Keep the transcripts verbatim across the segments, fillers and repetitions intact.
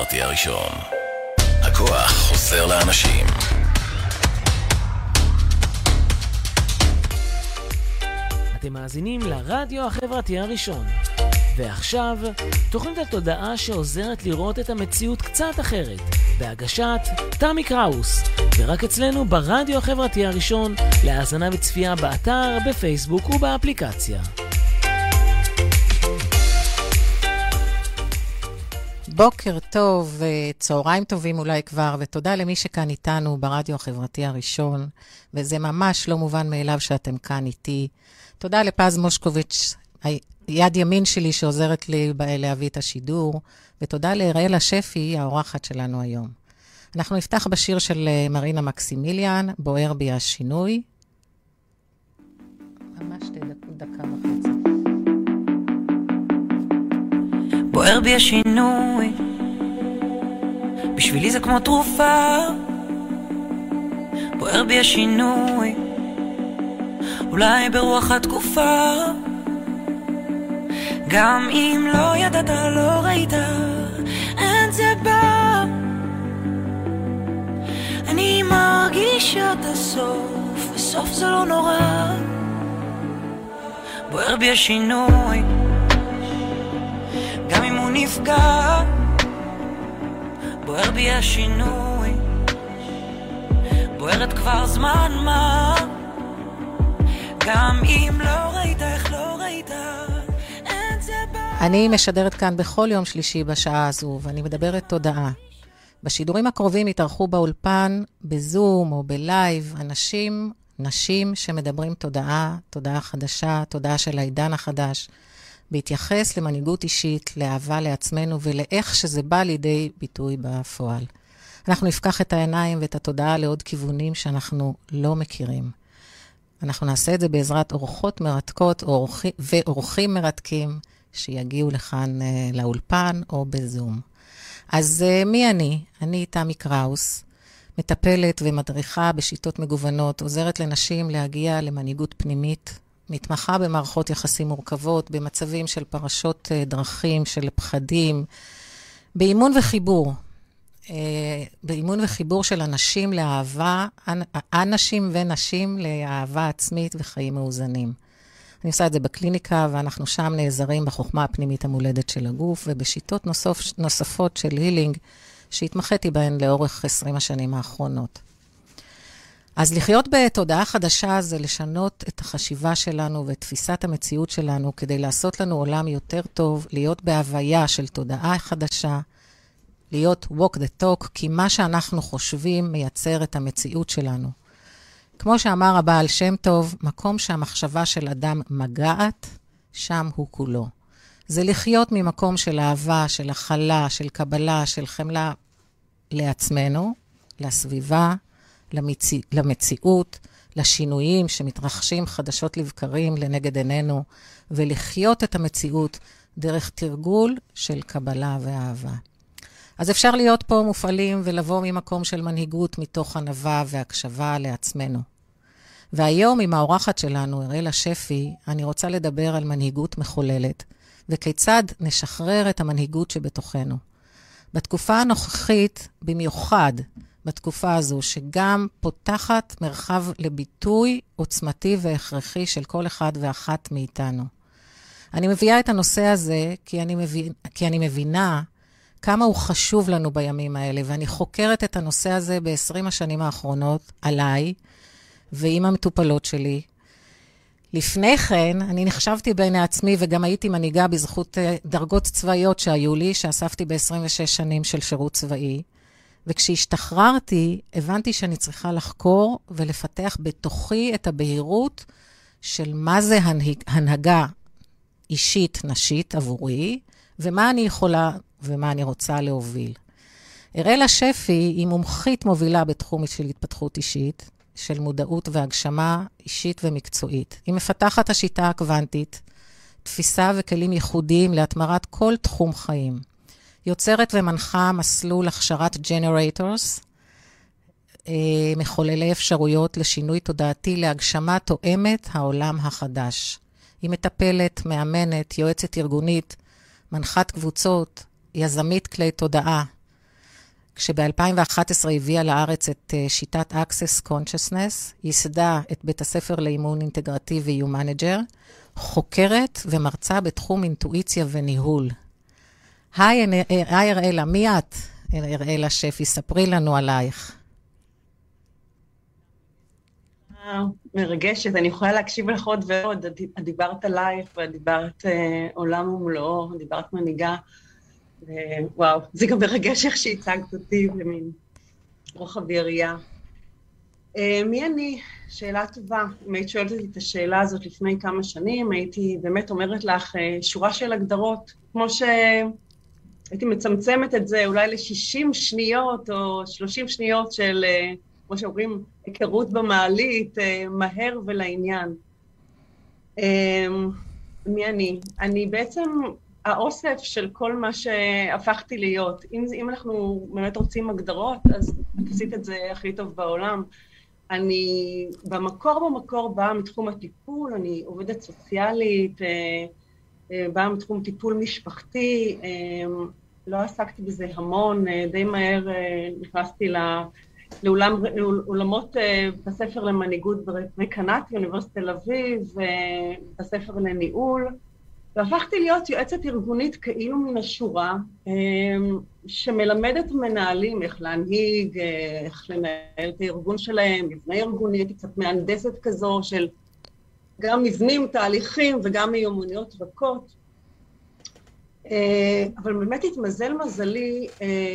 החברתי הראשון. הכוח חוזר לאנשים. אתם מאזינים לרדיו החברתי הראשון. ועכשיו, תוכנית התודעה שעוזרת לראות את המציאות קצת אחרת, בהגשת תמי קראוס, ורק אצלנו ברדיו החברתי הראשון, להאזנה וצפייה באתר, בפייסבוק ובאפליקציה. בוקר טוב, צהריים טובים אולי כבר, ותודה למי שכאן איתנו ברדיו החברתי הראשון, וזה ממש לא מובן מאליו שאתם כאן איתי. תודה לפז מושקוביץ', יד ימין שלי שעוזרת לי להביא את השידור, ותודה להראל השפי, האורחת שלנו היום. אנחנו נפתח בשיר של מרינה מקסימיליאן, בוער בי השינוי. ממש דקה וחצי. בוער בי השינוי, בשבילי זה כמו תרופה. בוער בי השינוי, אולי ברוח התקופה. גם אם לא ידעת, לא ראית, אין זה בא. אני מרגיש עד הסוף, וסוף זה לא נורא. בוער בי השינוי, גם אם הוא נפגע. בוער בי השינוי, בוערת כבר זמן מה. גם אם לא ראית, איך לא ראית, אין זה בא. אני משדרת כאן בכל יום שלישי בשעה הזו, ואני מדברת תודעה. בשידורים הקרובים יתארחו באולפן, בזום או בלייב, אנשים, נשים שמדברים תודעה, תודעה חדשה, תודעה של העידן החדש, בהתייחס למנהיגות אישית, לאהבה לעצמנו ולאיך שזה בא לידי ביטוי בפועל. אנחנו נפקח את העיניים ואת התודעה לעוד כיוונים שאנחנו לא מכירים. אנחנו נעשה את זה בעזרת אורחות מרתקות ואורחים מרתקים שיגיעו לכאן לאולפן או בזום. אז מי אני? אני תמי קראוס, מטפלת ומדריכה בשיטות מגוונות, עוזרת לנשים להגיע למנהיגות פנימית, מתמחה במערכות יחסים מורכבות, במצבים של פרשות דרכים, של פחדים, באימון וחיבור. באימון וחיבור של אנשים לאהבה, אנשים ונשים לאהבה עצמית וחיים מאוזנים. אני עושה את זה בקליניקה, ואנחנו שם נעזרים בחוכמה הפנימית המולדת של הגוף, ובשיטות נוסף, נוספות של הילינג, שהתמחיתי בהן לאורך עשרים השנים האחרונות. אז לחיות בתודעה חדשה זה לשנות את החשיבה שלנו ואת תפיסת המציאות שלנו, כדי לעשות לנו עולם יותר טוב, להיות בהוויה של תודעה חדשה, להיות walk the talk, כי מה שאנחנו חושבים מייצר את המציאות שלנו. כמו שאמר הבעל שם טוב, מקום שהמחשבה של אדם מגעת, שם הוא כולו. זה לחיות ממקום של אהבה, של הכלה, של קבלה, של חמלה לעצמנו, לסביבה, למציא, למציאות, לשינויים שמתרחשים חדשות לבקרים לנגד עינינו, ולחיות את המציאות דרך תרגול של קבלה ואהבה. אז אפשר להיות פה מופעלים ולבוא ממקום של מנהיגות מתוך ענווה והקשבה לעצמנו. והיום עם האורחת שלנו, הראל השפי, אני רוצה לדבר על מנהיגות מחוללת, וכיצד נשחרר את המנהיגות שבתוכנו. בתקופה הנוכחית, במיוחד בתקופה הזו, שגם פותחת מרחב לביטוי עוצמתי והכרחי של כל אחד ואחת מאיתנו. אני מביאה את הנושא הזה כי אני, מבין, כי אני מבינה כמה הוא חשוב לנו בימים האלה, ואני חוקרת את הנושא הזה ב-עשרים השנים האחרונות עליי, ועם המטופלות שלי. לפני כן, אני נחשבתי בעיני עצמי, וגם הייתי מנהיגה בזכות דרגות צבאיות שהיו לי, שאספתי ב-עשרים ושש שנים של שירות צבאי, וכשהשתחררתי, הבנתי שאני צריכה לחקור ולפתח בתוכי את הבהירות של מה זה הנהג, הנהגה אישית נשית עבורי, ומה אני יכולה ומה אני רוצה להוביל. הראל השפי היא מומחית מובילה בתחום של התפתחות אישית, של מודעות והגשמה אישית ומקצועית. היא מפתחת השיטה הקוונטית, תפיסה וכלים ייחודיים להתמרת כל תחום חיים. יוצרת ומנחה מסלול הכשרת ג'נרייטורס, מחוללי אפשרויות לשינוי תודעתי להגשמה תואמת העולם החדש. היא מטפלת, מאמנת, יועצת ארגונית, מנחת קבוצות, יזמית כלי תודעה, כשב-אלפיים ואחת עשרה הביאה לארץ את שיטת Access Consciousness, ייסדה את בית הספר לאימון אינטגרטיבי U-Manager, חוקרת ומרצה בתחום אינטואיציה וניהול. היי, היי אראלה, מי את? אראלה שפי, ספרי לנו עלייך. מרגשת, אני יכולה להקשיב לך עוד ועוד, את דיברת עלייך ודיברת עולם ומלואו, דיברת מנהיגה, וואו, זה גם מרגש איך שהצגת אותי במין רוחב יריעה. מי אני? שאלה טובה. אם היית שואלת אותי את השאלה הזאת לפני כמה שנים, הייתי באמת אומרת לך שורה של הגדרות, כמו שהייתי מצמצמת את זה אולי ל-שישים שניות או שלושים שניות של, כמו שאומרים, היכרות במעלית, מהר ולעניין. מי אני? אני בעצם האוסף של כל מה שהפכתי להיות. אם, אם אנחנו באמת רוצים הגדרות, אז עשית את זה הכי טוב בעולם. אני במקור במקור באה מתחום הטיפול, אני עובדת סוציאלית, באה מתחום טיפול משפחתי, לא עסקתי בזה המון, די מהר נכנסתי לאולם, לאולמות בספר למנהיגות ברקנטי, אוניברסיטת תל אביב, בספר לניהול, והפכתי להיות יועצת ארגונית כאילו מן השורה, שמלמדת מנהלים איך להנהיג, איך לנהל את הארגון שלהם, מבנה ארגוני, הייתי קצת מהנדסת כזו של גם מבנים, תהליכים וגם מיומנויות רכות. אבל באמת התמזל מזלי,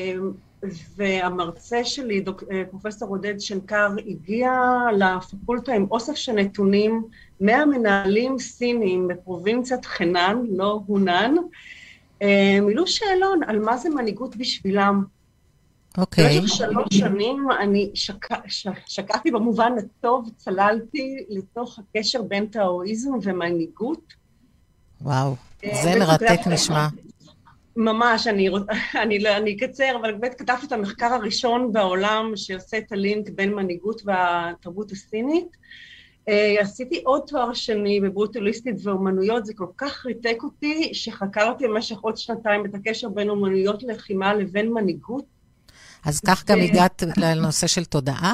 והמרצה שלי, פרופסור עודד שנקר, הגיע לפקולטה עם אוסף של נתונים מהמנהלים סינים בפרובינציית חנן, לא הונן, מילאו שאלון על מה זה מנהיגות בשבילם. אוקיי. במשך שלוש שנים אני שקעתי במובן הטוב, צללתי לתוך הקשר בין טאואיזם ומנהיגות. וואו, זה מרתק נשמע. ממש, אני, אני, אני אקצר, אבל באמת כתבתי את המחקר הראשון בעולם שעושה את הלינק בין מנהיגות והתרבות הסינית. עשיתי עוד תואר שני בבריאות הוליסטית ואומנויות, זה כל כך ריתק אותי, שחקרתי במשך עוד שנתיים את הקשר בין אומנויות לחימה לבין מנהיגות. אז כך גם הגעת לנושא של תודעה?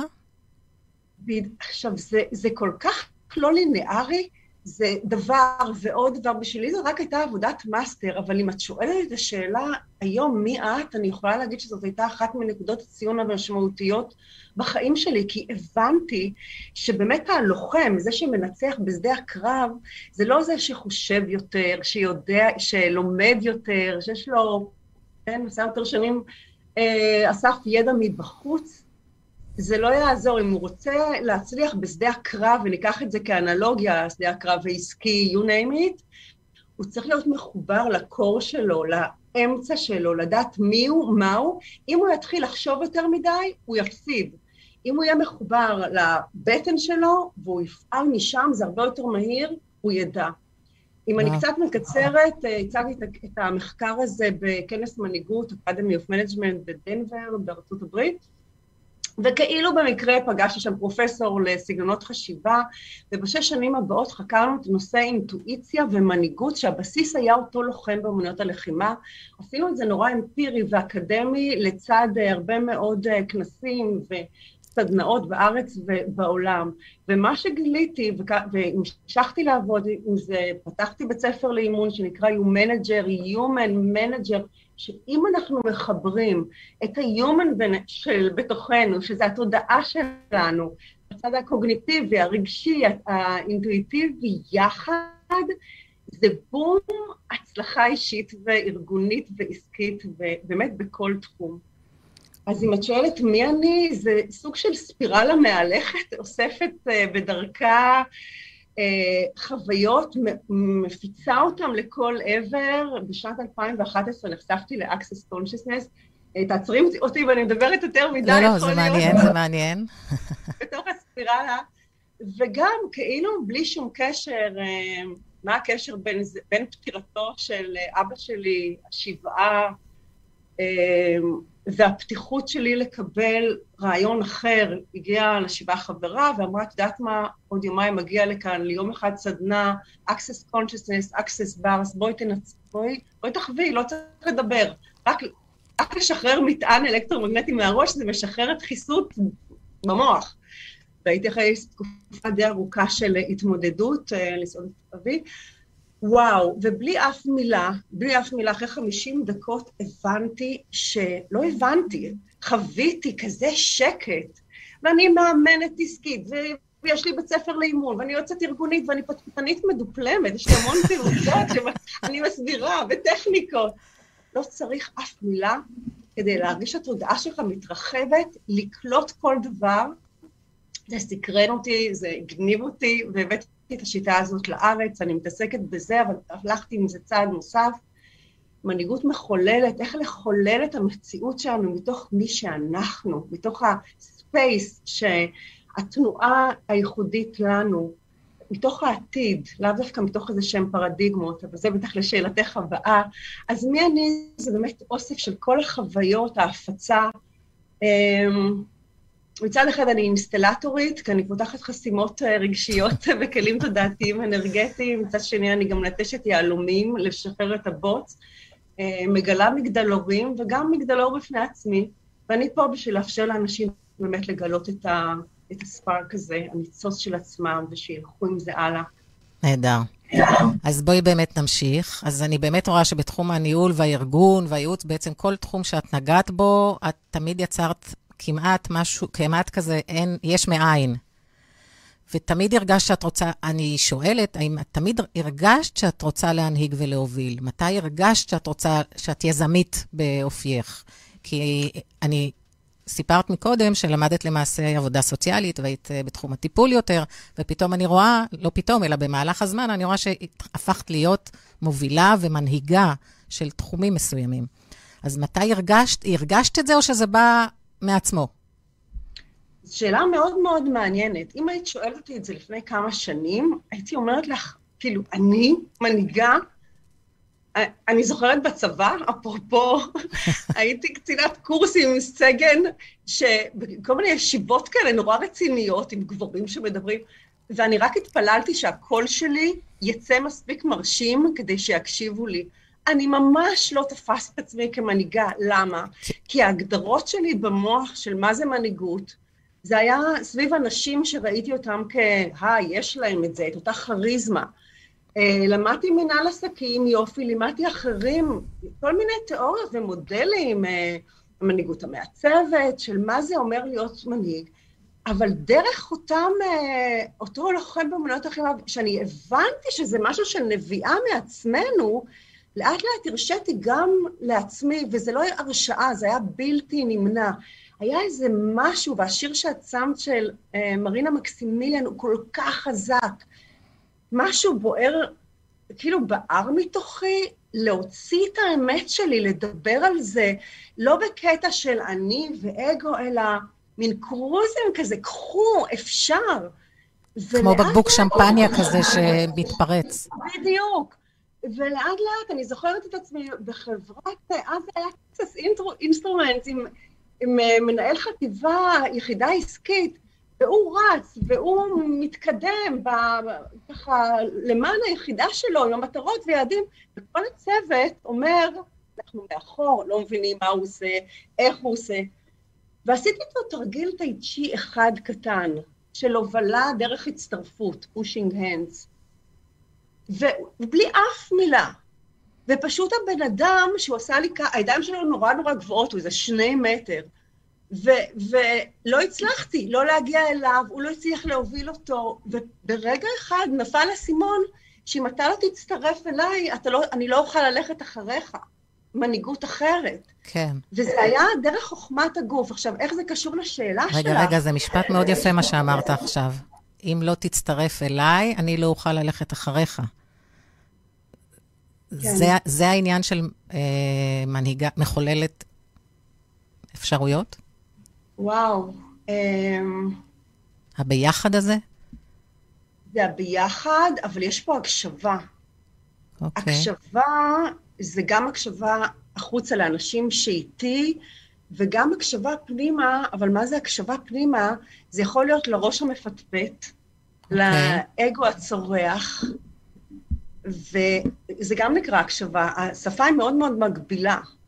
עכשיו, זה, זה כל כך לא לינארי, זה דבר ועוד דבר, בשבילי זו רק הייתה עבודת מאסטר, אבל אם את שואלת את השאלה, היום מי את, אני יכולה להגיד שזאת הייתה אחת מנקודות הציון המשמעותיות בחיים שלי, כי הבנתי שבאמת הלוחם, זה שמנצח בשדה הקרב, זה לא זה שחושב יותר, שיודע, שלומד יותר, שיש לו, כן, עשה יותר שנים, אה, אסף ידע מבחוץ, זה לא יעזור, אם הוא רוצה להצליח בשדה הקרב, וניקח את זה כאנלוגיה, שדה הקרב העסקי, you name it, הוא צריך להיות מחובר לקור שלו, לאמצע שלו, לדעת מי הוא, מה הוא. אם הוא יתחיל לחשוב יותר מדי, הוא יפסיד. אם הוא יהיה מחובר לבטן שלו, והוא יפעל משם, זה הרבה יותר מהיר, הוא ידע. אם אני קצת מקצרת, הצגתי את המחקר הזה בכנס מנהיגות, Academy of Management בדנבר, בארצות הברית, וכאילו במקרה פגשתי שם פרופסור לסגנונות חשיבה, ובשש שנים הבאות חקרנו את נושא אינטואיציה ומנהיגות, שהבסיס היה אותו לוחם באמנויות הלחימה. עשינו את זה נורא אמפירי ואקדמי, לצד הרבה מאוד כנסים וסדנאות בארץ ובעולם. ומה שגיליתי, והמשכתי לעבוד עם זה, פתחתי בית ספר לאימון שנקרא U-Manager, Human Manager, שאם אנחנו מחברים את ה-human של בתוכנו, שזה התודעה שלנו, הצד הקוגניטיבי, הרגשי, האינטואיטיבי, יחד, זה בום, הצלחה אישית וארגונית ועסקית, ובאמת בכל תחום. אז אם את שואלת מי אני, זה סוג של ספירלה מהלכת, אוספת בדרכה, חוויות, מפיצה אותם לכל עבר. בשנת אלפיים ואחת עשרה נחשפתי ל-Access Consciousness. תעצרים אותי ואני מדברת יותר מדי. לא, לא, זה מעניין, זה מעניין. בתוך הספירלה. וגם כאילו בלי שום קשר, מה הקשר בין, בין פטירתו של אבא שלי, השבעה, והפתיחות שלי לקבל רעיון אחר. הגיעה לשבעה חברה ואמרה, את יודעת מה, עוד יומיים מגיע לכאן, ליום אחד סדנה, Access Consciousness, Access Bars, בואי תנצ... בואי, בואי תחווי, לא צריך לדבר, רק רק לשחרר מטען אלקטרומגנטי מהראש, זה משחרר את חיסות במוח. והייתי אחרי תקופה די ארוכה של התמודדות, לסעוד את אבי, וואו, ובלי אף מילה, בלי אף מילה, אחרי חמישים דקות הבנתי שלא הבנתי, חוויתי כזה שקט, ואני מאמנת עסקית, ויש לי בית ספר לאימון, ואני יוצאת ארגונית, ואני פתנית מדופלמת, יש לי המון תעודות שאני מסבירה, וטכניקות. לא צריך אף מילה כדי להרגיש התודעה שלך מתרחבת, לקלוט כל דבר, זה סקרן אותי, זה הגניב אותי, והבאתי את השיטה הזאת לארץ, אני מתעסקת בזה, אבל הלכתי עם זה צעד נוסף. מנהיגות מחוללת, איך לחולל את המציאות שלנו מתוך מי שאנחנו, מתוך הספייס שהתנועה הייחודית לנו, מתוך העתיד, לאו דווקא מתוך איזה שם פרדיגמות, אבל זה בטח לשאלתך הבאה. אז מי אני? זה באמת אוסף של כל החוויות, ההפצה. מצד אחד אני אינסטלטורית, כי אני פותחת חסימות רגשיות וכלים תודעתיים אנרגטיים, מצד שני אני גם נטשת יהלומים, לשחרר את הבוץ, מגלה מגדלורים, וגם מגדלור בפני עצמי, ואני פה בשביל לאפשר לאנשים באמת לגלות את, ה, את הספארק הזה, הניצוץ של עצמם, ושילכו עם זה הלאה. נהדר. אז בואי באמת נמשיך. אז אני באמת רואה שבתחום הניהול והארגון והייעוץ, בעצם כל תחום שאת נגעת בו, את תמיד יצרת כמעט משהו, כמעט כזה, אין, יש מאין. ותמיד הרגשת שאת רוצה, אני שואלת, האם את תמיד הרגשת שאת רוצה להנהיג ולהוביל? מתי הרגשת שאת רוצה, שאת יזמית באופייך? כי אני סיפרת מקודם שלמדת למעשה עבודה סוציאלית, והיית בתחום הטיפול יותר, ופתאום אני רואה, לא פתאום, אלא במהלך הזמן, אני רואה שהפכת להיות מובילה ומנהיגה של תחומים מסוימים. אז מתי הרגשת, הרגשת את זה או שזה בא מעצמו? שאלה מאוד מאוד מעניינת. אם היית שואלת אותי את זה לפני כמה שנים, הייתי אומרת לך, כאילו, אני מנהיגה, אני זוכרת בצבא, אפרופו, הייתי קצינת קורסים עם סגן, שבכל מיני ישיבות כאלה נורא רציניות, עם גבורים שמדברים, ואני רק התפללתי שהקול שלי יצא מספיק מרשים כדי שיקשיבו לי. אני ממש לא תפס את עצמי כמנהיגה. למה? כי ההגדרות שלי במוח של מה זה מנהיגות, זה היה סביב אנשים שראיתי אותם כהה, יש להם את זה, את אותה חריזמה. למדתי מנהל עסקים, יופי, לימדתי אחרים, כל מיני תיאוריות ומודלים, המנהיגות המעצבת, של מה זה אומר להיות מנהיג, אבל דרך אותם, אותו לוחם במנהלות אחרים, שאני הבנתי שזה משהו של נביאה מעצמנו, לאט לאט הרשיתי גם לעצמי, וזה לא היה הרשאה, זה היה בלתי נמנע. היה איזה משהו, והשיר שאת שמת של מרינה מקסימיליאן הוא כל כך חזק, משהו בוער, כאילו בער מתוכי, להוציא את האמת שלי, לדבר על זה, לא בקטע של אני ואגו, אלא מין קרוזים כזה, קחו, אפשר. כמו בקבוק שמפניה כזה שמתפרץ. בדיוק. ולאט לאט אני זוכרת את עצמי בחברת, אז היה קצת אינסטרומנט עם, עם מנהל חטיבה, יחידה עסקית, והוא רץ, והוא מתקדם ב, ככה למען היחידה שלו, עם המטרות ויעדים, וכל הצוות אומר, אנחנו מאחור, לא מבינים מה הוא עושה, איך הוא עושה. ועשיתי אותו תרגיל טייצ'י אחד קטן, של הובלה דרך הצטרפות, pushing hands. ובלי אף מילה. ופשוט הבן אדם שהוא עשה לי, הידיים שלו נורא נורא גבוהות, הוא איזה שני מטר. ו- ולא הצלחתי, לא להגיע אליו, הוא לא הצליח להוביל אותו, וברגע אחד נפל הסימון, שאם אתה לא תצטרף אליי, אתה לא, אני לא אוכל ללכת אחריך, מנהיגות אחרת. כן. וזה היה דרך חוכמת הגוף. עכשיו, איך זה קשור לשאלה שלך? רגע, רגע, זה משפט מאוד יפה מה שאמרת עכשיו. אם לא תצטרף אליי, אני לא אוכל ללכת אחריך. כן. זה, זה העניין של אה, מנהיגה, מחוללת אפשרויות? וואו. הביחד הזה? זה הביחד, אבל יש פה הקשבה. אוקיי. הקשבה זה גם הקשבה החוצה לאנשים שאיתי, וגם הקשבה פנימה, אבל מה זה הקשבה פנימה? זה יכול להיות לראש המפטפט, לאגו הצורח, וזה גם נקרא הקשבה. השפה היא מאוד מאוד מגבילה.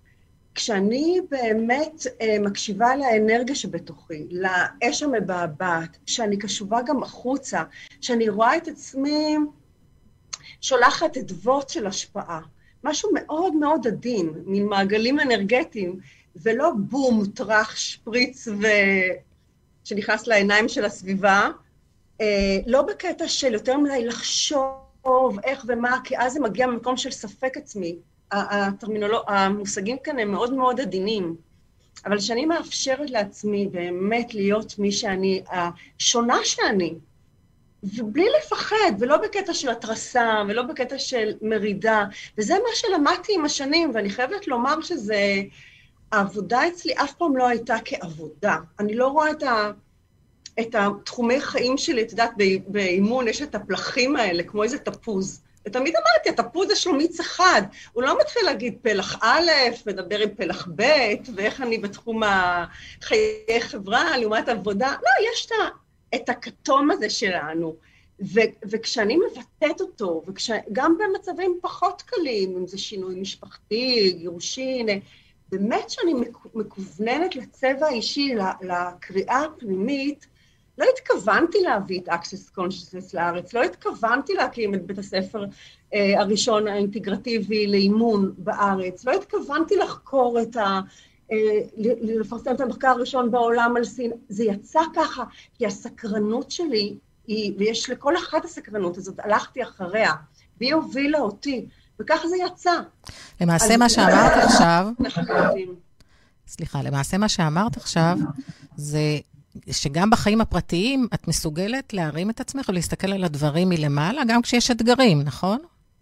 כשאני באמת אה, מקשיבה לאנרגיה שבתוכי, לאש המבעבעת, שאני קשובה גם החוצה, שאני רואה את עצמי שולחת אדוות של השפעה, משהו מאוד מאוד עדין, מין מעגלים אנרגטיים, ולא בום, טרח, שפריץ ו... שנכנס לעיניים של הסביבה, אה, לא בקטע של יותר מדי לחשוב איך ומה, כי אז זה מגיע ממקום של ספק עצמי. הטרמינולוג... המושגים כאן הם מאוד מאוד עדינים, אבל שאני מאפשרת לעצמי באמת להיות מי שאני, השונה שאני, ובלי לפחד, ולא בקטע של התרסה, ולא בקטע של מרידה, וזה מה שלמדתי עם השנים, ואני חייבת לומר שזה, העבודה אצלי אף פעם לא הייתה כעבודה. אני לא רואה את, ה, את התחומי חיים שלי, את יודעת, באימון יש את הפלחים האלה, כמו איזה תפוז. ותמיד אמרתי, התפוז יש לו מיץ אחד, הוא לא מתחיל להגיד פלח א', מדבר עם פלח ב', ואיך אני בתחום חיי חברה, לעומת עבודה. לא, יש את, את הכתום הזה שלנו, ו, וכשאני מבטאת אותו, וגם במצבים פחות קלים, אם זה שינוי משפחתי, גירושין, באמת שאני מקווננת לצבע האישי, לקריאה הפנימית, לא התכוונתי להביא את Access Consciousness לארץ, לא התכוונתי להקים את בית הספר אה, הראשון האינטגרטיבי לאימון בארץ, לא התכוונתי לחקור את ה... אה, לפרסם את המחקר הראשון בעולם על סין, זה יצא ככה, כי הסקרנות שלי היא, ויש לכל אחת הסקרנות הזאת, הלכתי אחריה, והיא הובילה אותי, וככה זה יצא. למעשה מה שאמרת עכשיו, סליחה, למעשה מה שאמרת עכשיו, זה שגם בחיים הפרטיים את מסוגלת להרים את עצמך ולהסתכל על הדברים מלמעלה, גם כשיש אתגרים, נכון?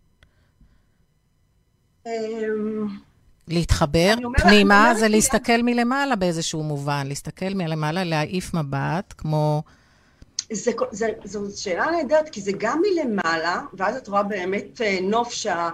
להתחבר פנימה זה להסתכל מלמעלה באיזשהו מובן, להסתכל מלמעלה, להעיף מבט, כמו... זו שאלה נהדרת, כי זה גם מלמעלה, ואז את רואה באמת נוף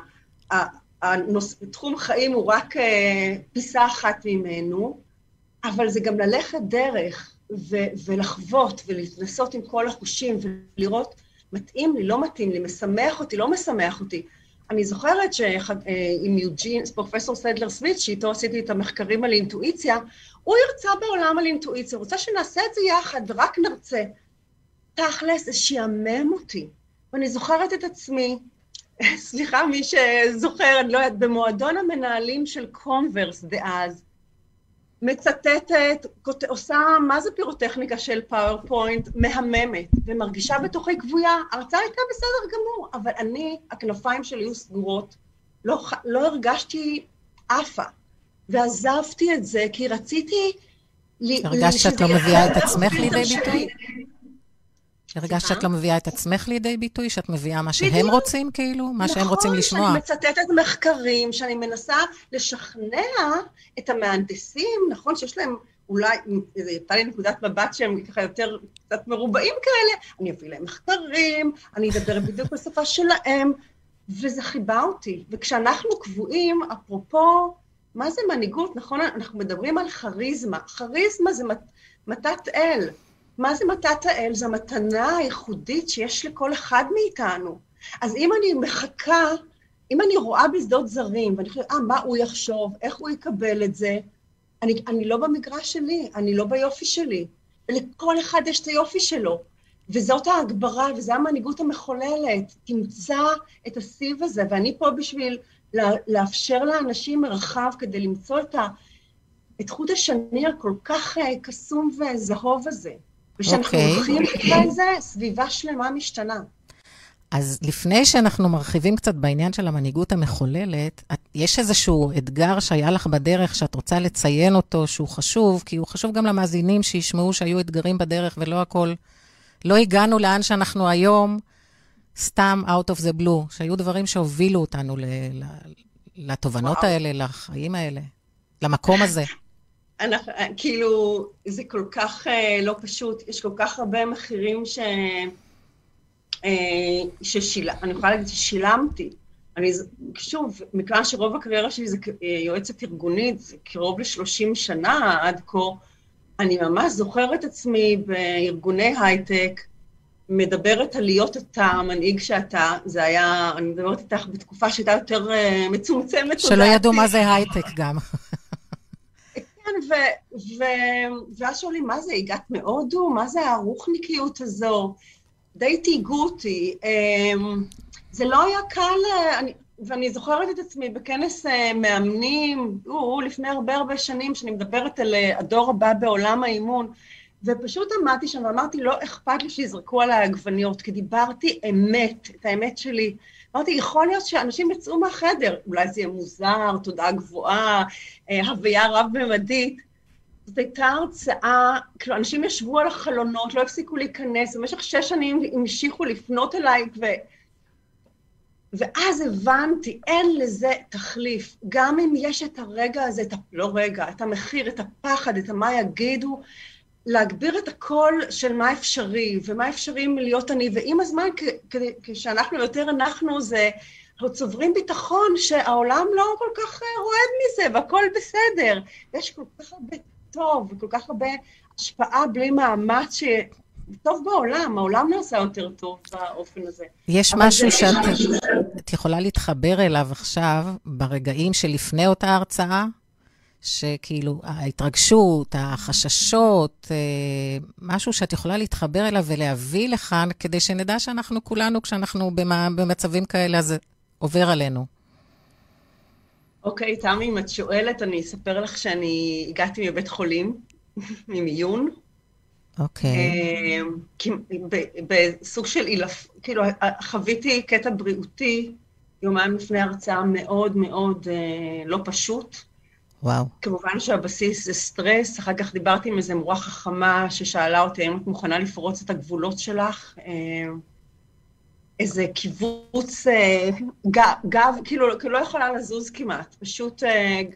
שהתחום חיים הוא רק פיסה אחת ממנו, אבל זה גם ללכת דרך, ו- ולחוות ולהתנסות עם כל החושים ולראות מתאים לי, לא מתאים לי, משמח אותי, לא משמח אותי. אני זוכרת שעם יוג'ין, פרופסור סדלר סוויץ, שאיתו עשיתי את המחקרים על אינטואיציה, הוא ירצה בעולם על אינטואיציה, הוא רוצה שנעשה את זה יחד ורק נרצה. תכלס, זה שיאמם אותי. ואני זוכרת את עצמי, סליחה, מי שזוכר, אני לא יודעת, במועדון המנהלים של קומברס דאז, מצטטת, עושה מה זה פירוטכניקה של פאורפוינט, מהממת, ומרגישה בתוכי קבויה. ההרצאה הייתה בסדר גמור, אבל אני, הכנפיים שלי היו סגורות, לא, לא הרגשתי אפה, ועזבתי את זה, כי רציתי... הרגשת שאת לא מביאה את עצמך לידי ביטוי? הרגשת שאת לא מביאה את עצמך לידי ביטוי, שאת מביאה מה שהם רוצים, כאילו? מה שהם רוצים לשמוע. נכון, שאני מצטטת מחקרים, שאני מנסה לשכנע את המהנדסים, נכון, שיש להם אולי, זה הייתה לי נקודת מבט שהם ככה יותר קצת מרובעים כאלה, אני אביא להם מחקרים, אני אדבר בדיוק בשפה שלהם, וזה חיבה אותי. וכשאנחנו קבועים, אפרופו, מה זה מנהיגות, נכון? אנחנו מדברים על חריזמה. חריזמה זה מתת אל. מה זה מתת האל? זו המתנה הייחודית שיש לכל אחד מאיתנו. אז אם אני מחכה, אם אני רואה בשדות זרים, ואני חושבת, אה, מה הוא יחשוב, איך הוא יקבל את זה, אני, אני לא במגרש שלי, אני לא ביופי שלי. ולכל אחד יש את היופי שלו. וזאת ההגברה, וזו המנהיגות המחוללת. תמצא את הסיב הזה, ואני פה בשביל לה, לאפשר לאנשים מרחב כדי למצוא את, ה, את חוט השני הכל כך קסום וזהוב הזה. ושאנחנו okay. הולכים אחרי זה, סביבה שלמה משתנה. אז לפני שאנחנו מרחיבים קצת בעניין של המנהיגות המחוללת, יש איזשהו אתגר שהיה לך בדרך שאת רוצה לציין אותו, שהוא חשוב, כי הוא חשוב גם למאזינים שישמעו שהיו אתגרים בדרך ולא הכל. לא הגענו לאן שאנחנו היום, סתם out of the blue, שהיו דברים שהובילו אותנו ל- ל- לתובנות וואו. האלה, לחיים האלה, למקום הזה. אנחנו, כאילו, זה כל כך לא פשוט, יש כל כך הרבה מחירים ש... ששילה, אני יכולה להגיד ששילמתי. אני, שוב, מכאן שרוב הקריירה שלי זה יועצת ארגונית, זה קרוב ל-שלושים שנה עד כה, אני ממש זוכרת עצמי בארגוני הייטק, מדברת על להיות אתה, המנהיג שאתה, זה היה, אני מדברת איתך בתקופה שהייתה יותר מצומצמת. שלא ידעו מה זה הייטק גם. ו- ו- ואז שואלים, מה זה, הגעת מהודו? מה זה הרוחניקיות הזו? די תהיגו אותי. זה לא היה קל, אני, ואני זוכרת את עצמי בכנס מאמנים, הוא לפני הרבה הרבה שנים, שאני מדברת על הדור הבא בעולם האימון, ופשוט עמדתי שם ואמרתי, לא אכפת לי שיזרקו על העגבניות, כי דיברתי אמת, את האמת שלי. אמרתי, יכול להיות שאנשים יצאו מהחדר, אולי זה יהיה מוזר, תודעה גבוהה, הוויה רב-ממדית. זאת הייתה הרצאה, כאילו, אנשים ישבו על החלונות, לא הפסיקו להיכנס, במשך שש שנים המשיכו לפנות אליי, ו... ואז הבנתי, אין לזה תחליף. גם אם יש את הרגע הזה, את ה... לא רגע, את המחיר, את הפחד, את מה יגידו, להגביר את הקול של מה אפשרי, ומה אפשרי להיות אני, ועם הזמן, כשאנחנו יותר אנחנו, זה, אנחנו צוברים ביטחון שהעולם לא כל כך רועד מזה, והכל בסדר. יש כל כך הרבה טוב, וכל כך הרבה השפעה בלי מאמץ ש... טוב בעולם, העולם נעשה יותר טוב באופן הזה. יש משהו שאת את יכולה להתחבר אליו עכשיו, ברגעים שלפני אותה הרצאה, שכאילו ההתרגשות, החששות, משהו שאת יכולה להתחבר אליו ולהביא לכאן, כדי שנדע שאנחנו כולנו, כשאנחנו במצבים כאלה, אז עובר עלינו. אוקיי, תמי, אם את שואלת, אני אספר לך שאני הגעתי מבית חולים, ממיון. אוקיי. בסוג של אילף, כאילו, חוויתי קטע בריאותי, יומיים לפני הרצאה מאוד מאוד לא פשוט. וואו. כמובן שהבסיס זה סטרס, אחר כך דיברתי עם איזו מורה חכמה ששאלה אותי, האם את מוכנה לפרוץ את הגבולות שלך? איזה קיבוץ גב, כאילו, לא יכולה לזוז כמעט, פשוט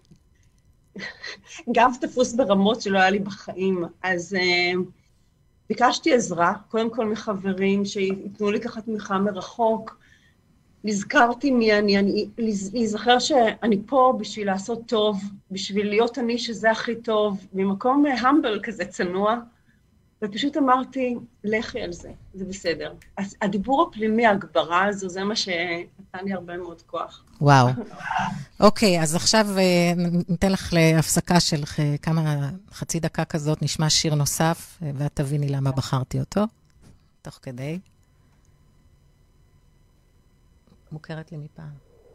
גב תפוס ברמות שלא היה לי בחיים. אז ביקשתי עזרה, קודם כל מחברים שיתנו לי ככה תמיכה מרחוק, נזכרתי מי אני, אני, להיזכר שאני פה בשביל לעשות טוב, בשביל להיות אני שזה הכי טוב, ממקום המבל כזה צנוע, ופשוט אמרתי, לכי על זה, זה בסדר. אז הדיבור הפנימי, ההגברה הזו, זה מה שנתן לי הרבה מאוד כוח. וואו. אוקיי, אז עכשיו ניתן לך להפסקה של כמה, חצי דקה כזאת, נשמע שיר נוסף, ואת תביני למה בחרתי אותו, תוך כדי. מוכרת לי מפעם.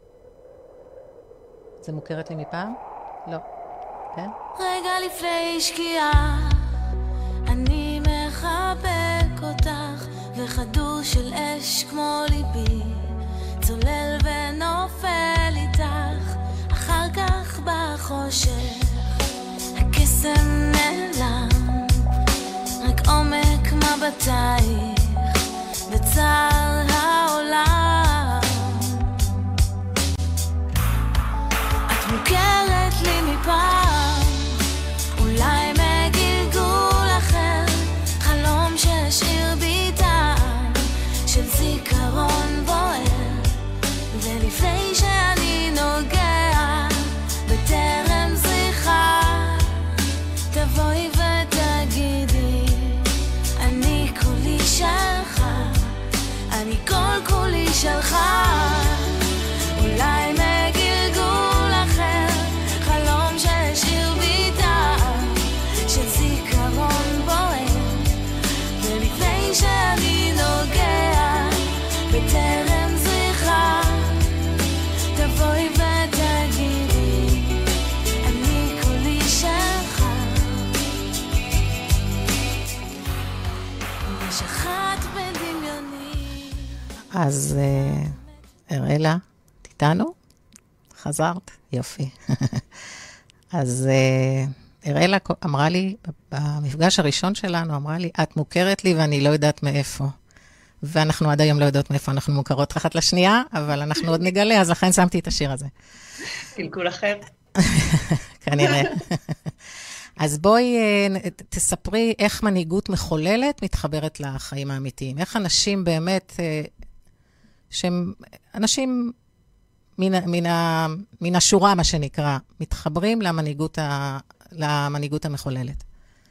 זה מוכרת לי מפעם? לא. כן? רגע לפני שקיעה, אני מחבק אותך, וכדור של אש כמו ליבי, צולל ונופל איתך, אחר כך בחושך, הקסם נעלם, רק עומק מבטייך, בצער העולם. מוכרת לי מפעם, אולי מגלגול אחר, חלום שהשאיר בי טעם של זיכרון בוער, ולפני שאני נוגע בטרם זריחה, תבואי ותגידי, אני כולי שלך, אני כל כולי שלך. אולי מגלגול אחר, חלום שהשאיר בי טעם של זיכרון בוער, ולפני שאני נוגע בטרם זריחה, תבואי ותגידי, אני כולי שלך. ושחט בדמיוני. אז אראלה, איתנו? חזרת? יופי. אז אראלה אמרה לי, במפגש הראשון שלנו, אמרה לי, את מוכרת לי ואני לא יודעת מאיפה. ואנחנו עד היום לא יודעות מאיפה אנחנו מוכרות אחת לשנייה, אבל אנחנו עוד נגלה, אז לכן שמתי את השיר הזה. קלקול אחר. כנראה. אז בואי תספרי איך מנהיגות מחוללת מתחברת לחיים האמיתיים. איך אנשים באמת, שהם אנשים מן, מן, מן השורה, מה שנקרא, מתחברים למנהיגות, ה, למנהיגות המחוללת.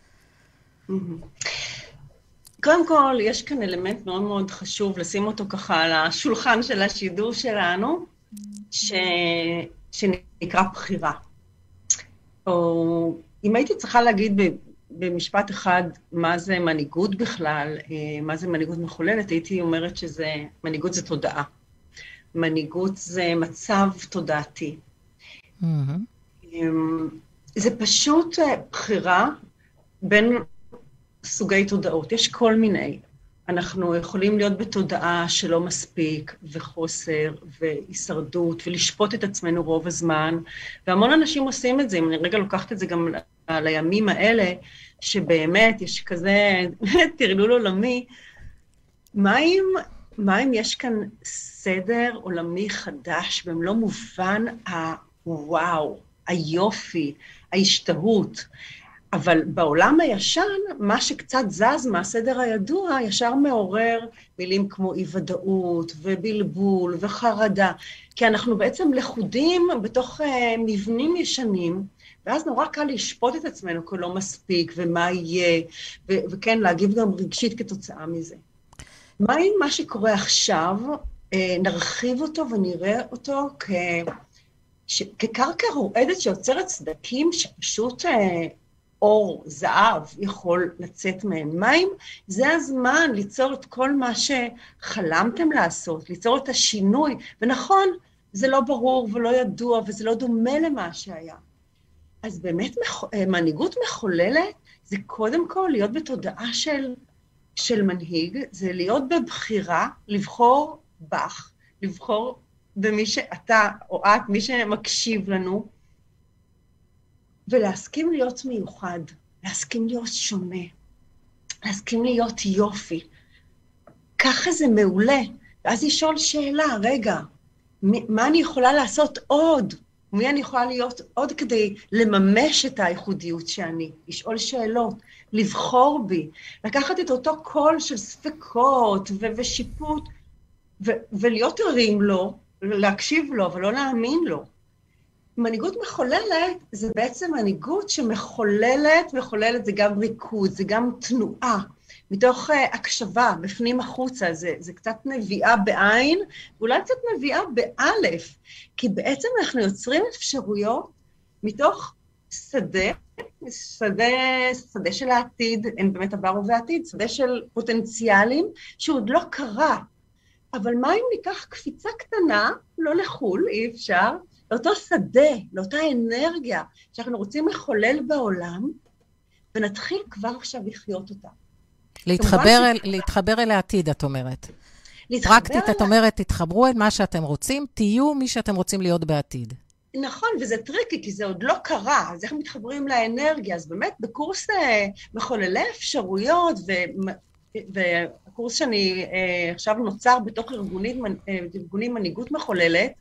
קודם כל, יש כאן אלמנט מאוד מאוד חשוב לשים אותו ככה על השולחן של השידור שלנו, ש... שנקרא בחירה. או אם הייתי צריכה להגיד במשפט אחד מה זה מנהיגות בכלל, מה זה מנהיגות מחוללת, הייתי אומרת שזה, מנהיגות זה תודעה. מנהיגות זה מצב תודעתי. Mm-hmm. זה פשוט בחירה בין סוגי תודעות. יש כל מיני. אנחנו יכולים להיות בתודעה שלא מספיק, וחוסר, והישרדות, ולשפוט את עצמנו רוב הזמן, והמון אנשים עושים את זה. אם אני רגע לוקחת את זה גם על הימים האלה, שבאמת יש כזה טרלול עולמי, מה אם, מה אם יש כאן סדר עולמי חדש, במלוא מובן הוואו, היופי, ההשתהות, אבל בעולם הישן, מה שקצת זז מהסדר הידוע, ישר מעורר מילים כמו אי-ודאות ובלבול וחרדה, כי אנחנו בעצם לכודים בתוך uh, מבנים ישנים, ואז נורא קל לשפוט את עצמנו כלא מספיק, ומה יהיה, ו- וכן, להגיב גם רגשית כתוצאה מזה. מה אם מה שקורה עכשיו, uh, נרחיב אותו ונראה אותו כ- ש- כקרקע רועדת שיוצרת סדקים שפשוט... Uh, אור, זהב, יכול לצאת מהם. מים, זה הזמן ליצור את כל מה שחלמתם לעשות, ליצור את השינוי. ונכון, זה לא ברור ולא ידוע, וזה לא דומה למה שהיה. אז באמת מנהיגות מחוללת, זה קודם כל להיות בתודעה של, של מנהיג, זה להיות בבחירה, לבחור בך, לבחור במי שאתה או את, מי שמקשיב לנו, ולהסכים להיות מיוחד, להסכים להיות שונה, להסכים להיות יופי. ככה זה מעולה. ואז לשאול שאלה, רגע, מה אני יכולה לעשות עוד? מי אני יכולה להיות עוד כדי לממש את הייחודיות שאני? לשאול שאלות, לבחור בי, לקחת את אותו קול של ספקות ו- ושיפוט, ו- ולהיות ערים לו, להקשיב לו, אבל לא להאמין לו. מנהיגות מחוללת זה בעצם מנהיגות שמחוללת, מחוללת זה גם ריקוד, זה גם תנועה, מתוך uh, הקשבה, בפנים החוצה, זה, זה קצת נביאה בעין, ואולי קצת נביאה באלף, כי בעצם אנחנו יוצרים אפשרויות מתוך שדה, שדה, שדה של העתיד, אין באמת עבר ובעתיד, שדה של פוטנציאלים שעוד לא קרה, אבל מה אם ניקח קפיצה קטנה, לא לחול, אי אפשר, לאותו שדה, לאותה אנרגיה שאנחנו רוצים לחולל בעולם, ונתחיל כבר עכשיו לחיות אותה. להתחבר, אל, להתחבר אל העתיד, את אומרת. פרקטית, את אומרת, תתחברו אל מה שאתם רוצים, תהיו מי שאתם רוצים להיות בעתיד. נכון, וזה טריקי, כי זה עוד לא קרה, אז איך מתחברים לאנרגיה? אז באמת, בקורס מחוללי אפשרויות, ו... והקורס שאני עכשיו נוצר בתוך ארגונים, ארגונים מנהיגות מחוללת,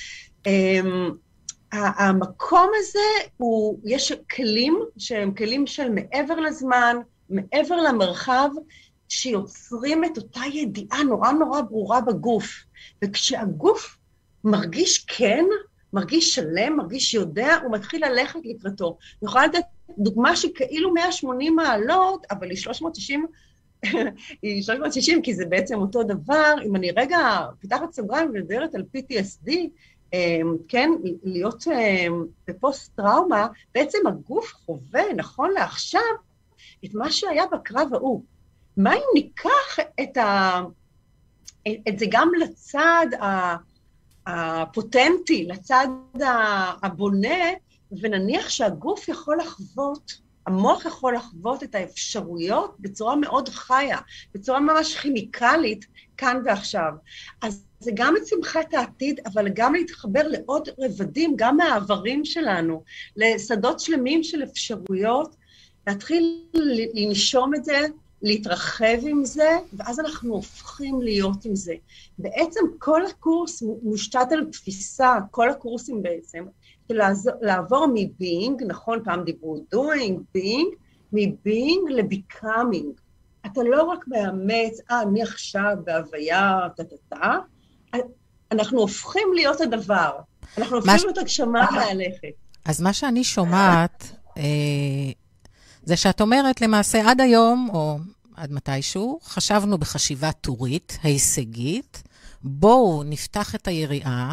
המקום הזה, הוא, יש כלים שהם כלים של מעבר לזמן, מעבר למרחב, שיוצרים את אותה ידיעה נורא נורא ברורה בגוף. וכשהגוף מרגיש כן, מרגיש שלם, מרגיש יודע, הוא מתחיל ללכת לקראתו. אני יכולה לתת דוגמה שכאילו מאה ושמונים מעלות, אבל היא שלוש מאות שישים, היא שלוש מאות שישים, כי זה בעצם אותו דבר. אם אני רגע פתחת סוגריים ומדברת על פי טי אס די, כן, להיות בפוסט-טראומה, בעצם הגוף חווה, נכון לעכשיו, את מה שהיה בקרב ההוא. מה אם ניקח את, ה... את זה גם לצד הפוטנטי, לצד הבונה, ונניח שהגוף יכול לחוות, המוח יכול לחוות את האפשרויות בצורה מאוד חיה, בצורה ממש כימיקלית, כאן ועכשיו. אז זה גם את שמחת העתיד, אבל גם להתחבר לעוד רבדים, גם מהעברים שלנו, לשדות שלמים של אפשרויות, להתחיל לנשום את זה, להתרחב עם זה, ואז אנחנו הופכים להיות עם זה. בעצם כל הקורס מושתת על תפיסה, כל הקורסים בעצם, לעבור מ-being, נכון, פעם דיברו doing, being, מ-being ל-becoming. אתה לא רק מאמץ, אה, אני עכשיו בהוויה, טטטה, אנחנו הופכים להיות הדבר. אנחנו הופכים להיות הגשמה מהלכת. אז מה שאני שומעת, זה שאת אומרת, למעשה, עד היום, או עד מתישהו, חשבנו בחשיבה טורית, הישגית, בואו נפתח את היריעה,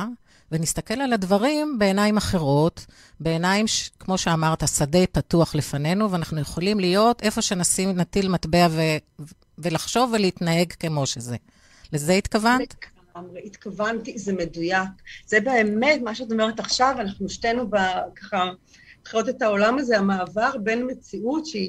ונסתכל על הדברים בעיניים אחרות, בעיניים, ש... כמו שאמרת, שדה פתוח לפנינו, ואנחנו יכולים להיות איפה שנשים נטיל מטבע ו... ולחשוב ולהתנהג כמו שזה. לזה התכוונת? התכוונתי, זה מדויק. זה באמת, מה שאת אומרת עכשיו, אנחנו שתינו ככה, חיות את העולם הזה, המעבר בין מציאות שהיא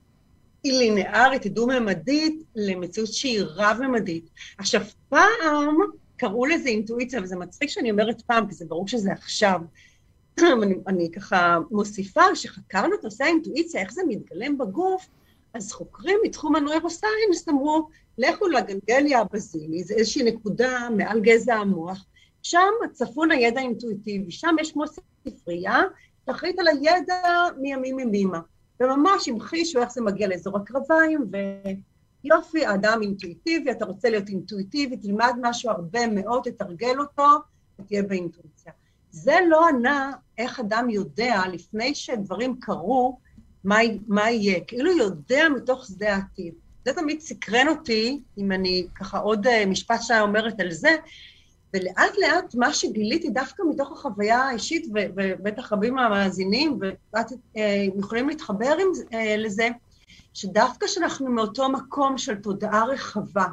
לינארית, דו-ממדית, למציאות שהיא רב-ממדית. עכשיו, פעם קראו לזה אינטואיציה, וזה מצחיק שאני אומרת פעם, כי זה ברור שזה עכשיו. אני, אני ככה מוסיפה, שחקרנו את נושא האינטואיציה, איך זה מתגלם בגוף, אז חוקרים מתחום הנוירוסיינס אמרו, לכו לגלגליה הבזילי, זה איזושהי נקודה מעל גזע המוח, שם צפון הידע האינטואיטיבי, שם יש כמו ספרייה, תחליט על הידע מימים ימימה, וממש המחישו איך זה מגיע לאזור הקרביים, ויופי, האדם אינטואיטיבי, אתה רוצה להיות אינטואיטיבי, תלמד משהו הרבה מאוד, תתרגל אותו, ותהיה באינטואיציה. זה לא ענה איך אדם יודע, לפני שדברים קרו, מה, מה יהיה, כאילו יודע מתוך שדה העתיד. זה תמיד סקרן אותי, אם אני ככה עוד משפט שעה אומרת על זה, ולאט לאט מה שגיליתי דווקא מתוך החוויה האישית, ובטח רבים מהמאזינים, ואת יכולים להתחבר עם לזה, שדווקא שאנחנו מאותו מקום של תודעה רחבה,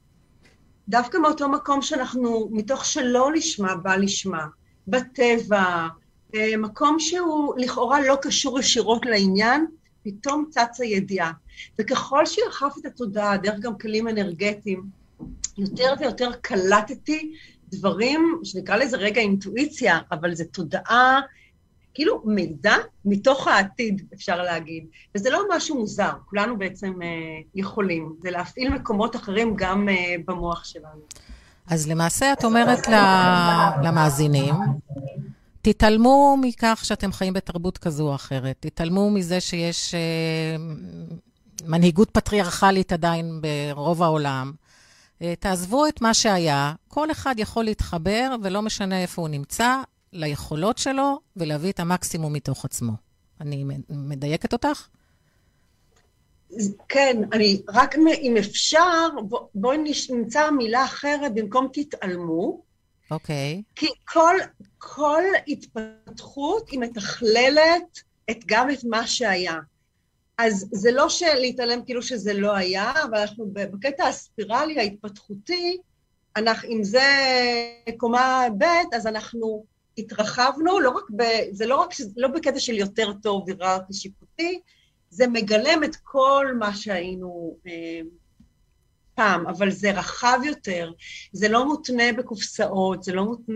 דווקא מאותו מקום שאנחנו מתוך שלא לשמה, בא לשמה, בטבע, מקום שהוא לכאורה לא קשור ישירות לעניין, פתאום צצה ידיעה. וככל שירחף את התודעה, דרך גם כלים אנרגטיים, יותר ויותר קלטתי דברים, שנקרא לזה רגע אינטואיציה, אבל זה תודעה, כאילו מידע מתוך העתיד, אפשר להגיד. וזה לא משהו מוזר, כולנו בעצם אה, יכולים. זה להפעיל מקומות אחרים גם אה, במוח שלנו. אז למעשה את אומרת למאזינים, תתעלמו מכך שאתם חיים בתרבות כזו או אחרת, תתעלמו מזה שיש אה, מנהיגות פטריארכלית עדיין ברוב העולם, אה, תעזבו את מה שהיה, כל אחד יכול להתחבר ולא משנה איפה הוא נמצא, ליכולות שלו ולהביא את המקסימום מתוך עצמו. אני מדייקת אותך? כן, אני רק אם אפשר, בואי נמצא מילה אחרת במקום תתעלמו, אוקיי. כי כל, כל התפתחות היא מתכללת את, גם את מה שהיה. אז זה לא להתעלם כאילו שזה לא היה, אבל אנחנו בקטע הספירלי ההתפתחותי, אנחנו, אם זה קומה ב', אז אנחנו התרחבנו, לא רק ב, זה לא רק, לא בקטע של יותר טוב היררכי שיפוטי, זה מגלם את כל מה שהיינו אה, פעם, אבל זה רחב יותר, זה לא מותנה בקופסאות, זה לא מותנה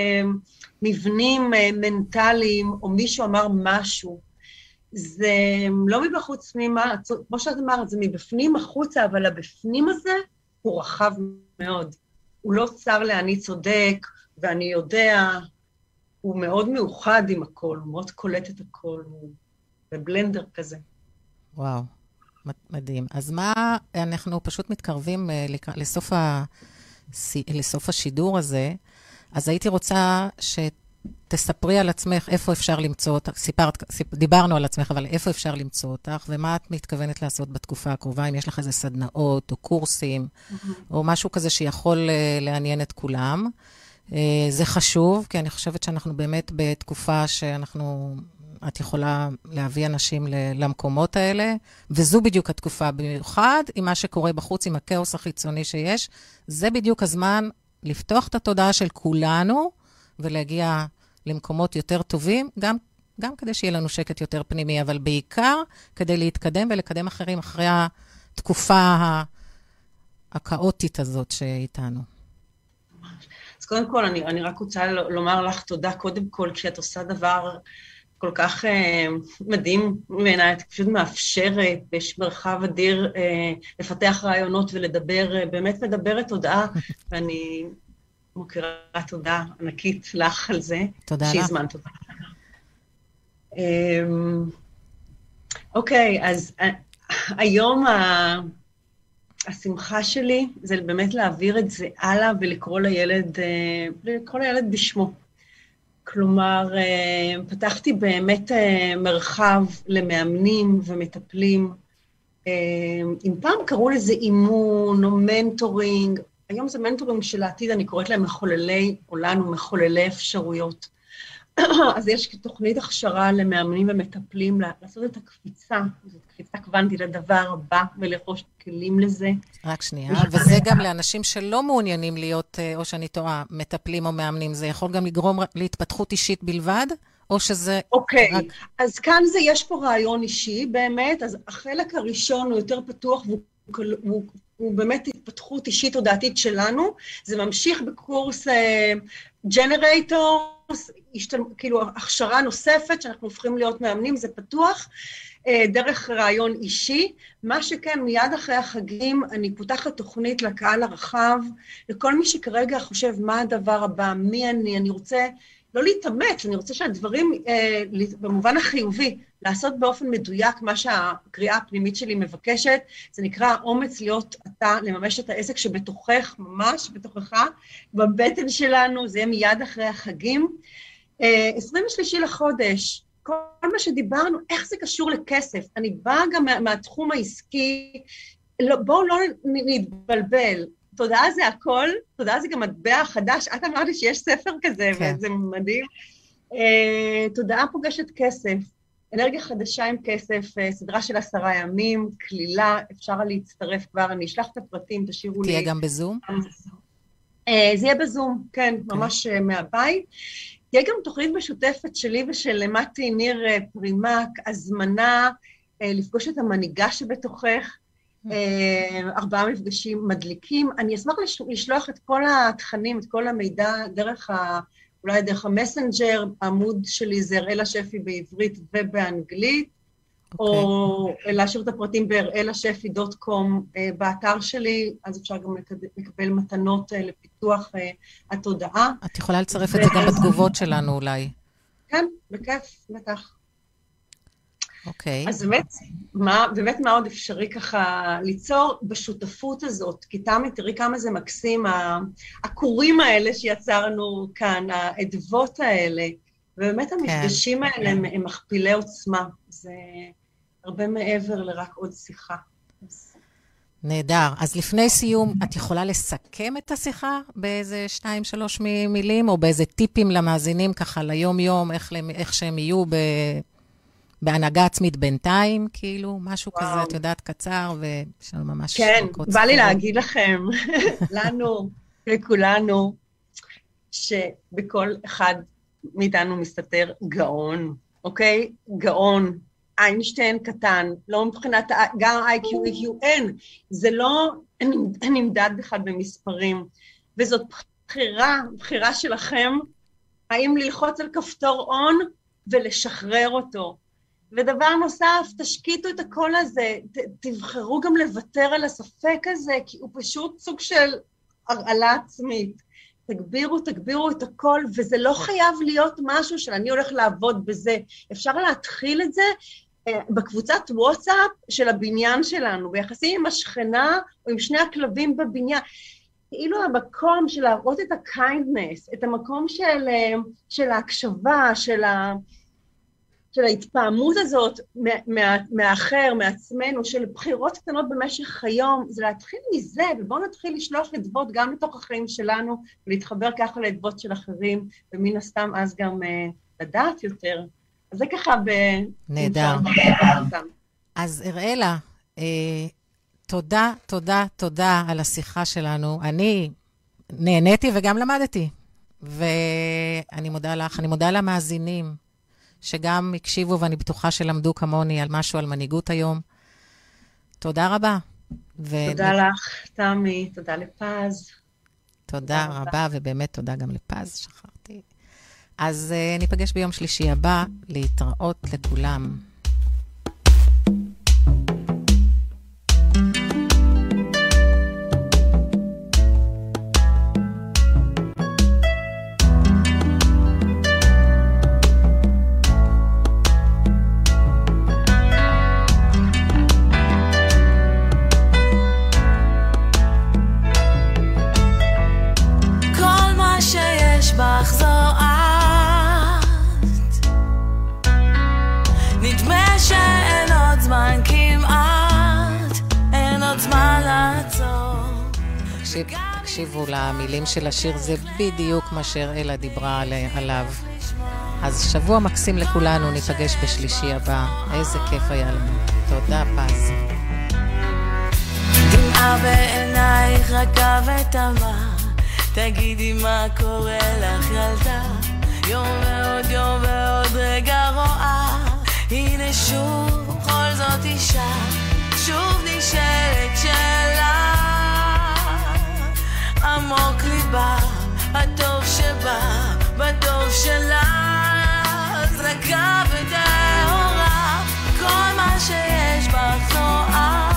במבנים מנטליים, או מישהו אמר משהו. זה לא מבחוץ ממה, כמו שאת אמרת, זה מבפנים החוצה, אבל הבפנים הזה הוא רחב מאוד. הוא לא צר לאני צודק, ואני יודע, הוא מאוד מאוחד עם הכל, הוא מאוד קולט את הכל, הוא בבלנדר כזה. וואו. מדהים. אז מה, אנחנו פשוט מתקרבים לסוף, ה... לסוף השידור הזה, אז הייתי רוצה שתספרי על עצמך איפה אפשר למצוא אותך, סיפרת, סיפ... דיברנו על עצמך, אבל איפה אפשר למצוא אותך, ומה את מתכוונת לעשות בתקופה הקרובה, אם יש לך איזה סדנאות או קורסים, mm-hmm. או משהו כזה שיכול לעניין את כולם. זה חשוב, כי אני חושבת שאנחנו באמת בתקופה שאנחנו... את יכולה להביא אנשים למקומות האלה, וזו בדיוק התקופה במיוחד, עם מה שקורה בחוץ, עם הכאוס החיצוני שיש, זה בדיוק הזמן לפתוח את התודעה של כולנו, ולהגיע למקומות יותר טובים, גם, גם כדי שיהיה לנו שקט יותר פנימי, אבל בעיקר כדי להתקדם ולקדם אחרים אחרי התקופה הכאוטית הזאת שאיתנו. אז קודם כל, אני, אני רק רוצה לומר לך תודה, קודם כל, כשאת עושה דבר... כל כך uh, מדהים ממנה, את פשוט מאפשרת, יש מרחב אדיר uh, לפתח רעיונות ולדבר, uh, באמת מדברת תודעה, ואני מוכירה תודה ענקית לך על זה. תודה לך. שהזמנת אותה. אוקיי, um, okay, אז uh, היום ה... השמחה שלי זה באמת להעביר את זה הלאה ולקרוא לילד, uh, לקרוא לילד בשמו. כלומר, פתחתי באמת מרחב למאמנים ומטפלים. אם פעם קראו לזה אימון או מנטורינג, היום זה מנטורים של העתיד, אני קוראת להם מחוללי עולם ומחוללי אפשרויות. אז יש תוכנית הכשרה למאמנים ומטפלים, לעשות את הקפיצה, זאת קפיצה קוונטית לדבר הבא, ולרכוש כלים לזה. רק שנייה, וזה גם לאנשים שלא מעוניינים להיות, או שאני טועה, מטפלים או מאמנים, זה יכול גם לגרום להתפתחות אישית בלבד, או שזה... אוקיי, רק... אז כאן זה, יש פה רעיון אישי באמת, אז החלק הראשון הוא יותר פתוח, והוא הוא, הוא באמת התפתחות אישית תודעתית שלנו, זה ממשיך בקורס ג'נרייטור, uh, השתל... כאילו הכשרה נוספת שאנחנו הופכים להיות מאמנים, זה פתוח, uh, דרך רעיון אישי, מה שכן מיד אחרי החגים אני פותחת תוכנית לקהל הרחב, לכל מי שכרגע חושב מה הדבר הבא, מי אני, אני רוצה לא להתאמץ, אני רוצה שהדברים אה, במובן החיובי, לעשות באופן מדויק מה שהקריאה הפנימית שלי מבקשת, זה נקרא אומץ להיות אתה, לממש את העסק שבתוכך, ממש בתוכך, בבטן שלנו, זה יהיה מיד אחרי החגים. אה, עשרים ושלישי לחודש, כל מה שדיברנו, איך זה קשור לכסף? אני באה גם מה, מהתחום העסקי, לא, בואו לא נתבלבל, תודעה זה הכל, תודעה זה גם מטבע חדש, את אמרת לי שיש ספר כזה, כן. וזה מדהים. Uh, תודעה פוגשת כסף, אנרגיה חדשה עם כסף, uh, סדרה של עשרה ימים, כלילה, אפשר להצטרף כבר, אני אשלח את הפרטים, תשאירו תהיה לי. תהיה גם בזום? Uh, זה יהיה בזום, כן, okay. ממש uh, מהבית. תהיה גם תוכנית משותפת שלי ושל מתי ניר uh, פרימק, הזמנה uh, לפגוש את המנהיגה שבתוכך, ארבעה מפגשים מדליקים. אני אשמח לשלוח את כל התכנים, את כל המידע דרך ה... אולי דרך המסנג'ר, העמוד שלי זה הראלה שפי בעברית ובאנגלית, okay. או להשאיר את הפרטים ב-הראלה שפי דוט קום באתר שלי, אז אפשר גם לקבל מתנות לפיתוח התודעה. את יכולה לצרף את זה גם בתגובות שלנו אולי. כן, בכיף, בטח. אוקיי. אז באמת, מה, באמת מה עוד אפשרי ככה ליצור בשותפות הזאת? כי תמי, תראי כמה זה מקסים, הקורים האלה שיצרנו כאן, העדבות האלה, ובאמת המפגשים כן. האלה הם, הם מכפילי עוצמה. זה הרבה מעבר לרק עוד שיחה. נהדר. אז לפני סיום, את יכולה לסכם את השיחה באיזה שתיים, שלוש מילים, או באיזה טיפים למאזינים ככה ליום-יום, איך, איך שהם יהיו ב... בהנהגה עצמית בינתיים, כאילו, משהו וואו. כזה, את יודעת, קצר, ויש לנו ממש... כן, בא לי להגיד לכם, לנו, לכולנו, שבכל אחד מאיתנו מסתתר גאון, אוקיי? גאון, איינשטיין קטן, לא מבחינת, גם איי קיו, איי קיו, אין, זה לא נמדד בכלל במספרים, וזאת בחירה, בחירה שלכם, האם ללחוץ על כפתור און ולשחרר אותו. ודבר נוסף, תשקיטו את הקול הזה, ת, תבחרו גם לוותר על הספק הזה, כי הוא פשוט סוג של הרעלה עצמית. תגבירו, תגבירו את הקול, וזה לא חייב להיות משהו של אני הולך לעבוד בזה. אפשר להתחיל את זה אה, בקבוצת וואטסאפ של הבניין שלנו, ביחסים עם השכנה או עם שני הכלבים בבניין. כאילו המקום של להראות את ה-kindness, את המקום של, של ההקשבה, של ה... של ההתפעמות הזאת מה, מהאחר, מעצמנו, של בחירות קטנות במשך היום, זה להתחיל מזה, ובואו נתחיל לשלוח לדבות גם לתוך החיים שלנו, ולהתחבר ככה לדבות של אחרים, ומן הסתם אז גם uh, לדעת יותר. אז זה ככה ב... נהדר. אז הראלה, אה, תודה, תודה, תודה על השיחה שלנו. אני נהניתי וגם למדתי, ואני מודה לך, אני מודה למאזינים, שגם הקשיבו, ואני בטוחה שלמדו כמוני על משהו, על מנהיגות היום. תודה רבה. ו... תודה לך, תמי, תודה לפז. תודה, תודה רבה, רבה, ובאמת תודה גם לפז, שכחתי. אז uh, ניפגש ביום שלישי הבא, להתראות לכולם. נדמה תקשיבו למילים של השיר, זה בדיוק מה שאראלה דיברה עליו. אז שבוע מקסים לכולנו, ניפגש בשלישי הבא. איזה כיף היה לנו. תודה, פז. דמעה בעינייך רכה ותמה, תגידי מה קורה לך ילדה, יום ועוד יום ועוד רגע רואה, הנה שוב בכל זאת אישה, שוב נשאלת שאלה, עמוק ליבה, הטוב שבא, בטוב שלה, זרקה וטהורה, כל מה שיש בך נועד,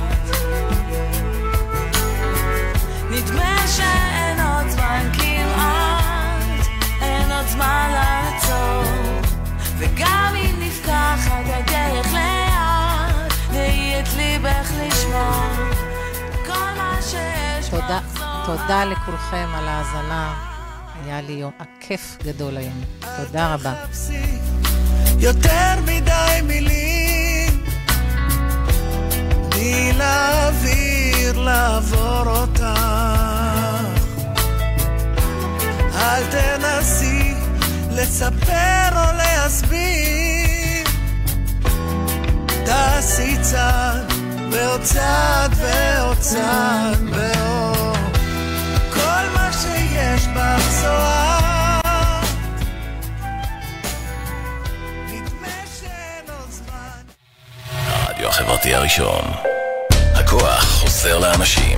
נדמה שאין עוד זמן כמעט, אין עוד זמן לעצור, וגם אם נפקחת הדרך לאט, דהי את ליבך לשמור, כל מה שיש תודה, בך תודה לכולכם על ההאזנה, היה לי יום הכיף גדול היום. תודה רבה. יותר מדי מילים, תני לאוויר לעבור אותך, אל תנסי לספר או להסביר, תעשי צעד ועוד צעד ועוד צעד ועוד, כל מה שיש בך זוהר, נדמה שאין עוד זמן. הרדיו החברתי הראשון, הכוח חוזר לאנשים.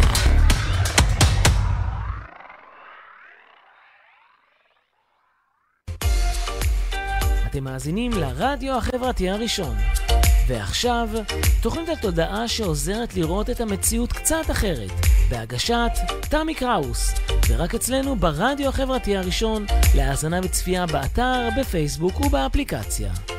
אתם מאזינים לרדיו החברתי הראשון. ועכשיו, תוכנית התודעה שעוזרת לראות את המציאות קצת אחרת, בהגשת תמי קראוס, ורק אצלנו ברדיו החברתי הראשון, להאזנה וצפייה באתר, בפייסבוק ובאפליקציה.